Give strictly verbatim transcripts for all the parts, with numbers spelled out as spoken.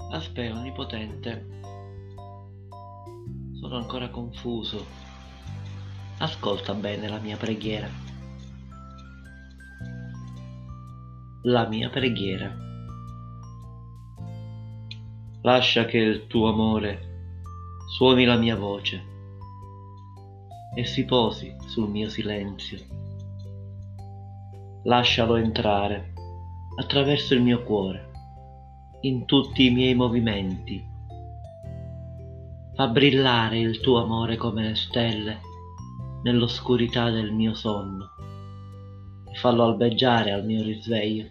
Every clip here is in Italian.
Aspetta, onnipotente. Sono ancora confuso. Ascolta bene la mia preghiera. La mia preghiera. Lascia che il tuo amore suoni la mia voce e si posi sul mio silenzio. Lascialo entrare attraverso il mio cuore, in tutti i miei movimenti. Fa brillare il tuo amore come le stelle nell'oscurità del mio sonno e fallo albeggiare al mio risveglio.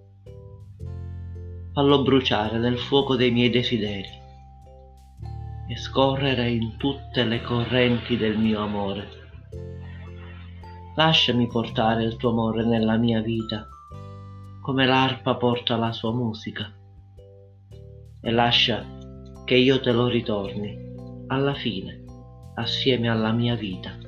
Fallo bruciare nel fuoco dei miei desideri e scorrere in tutte le correnti del mio amore. Lasciami portare il tuo amore nella mia vita, come l'arpa porta la sua musica, e lascia che io te lo ritorni alla fine, assieme alla mia vita.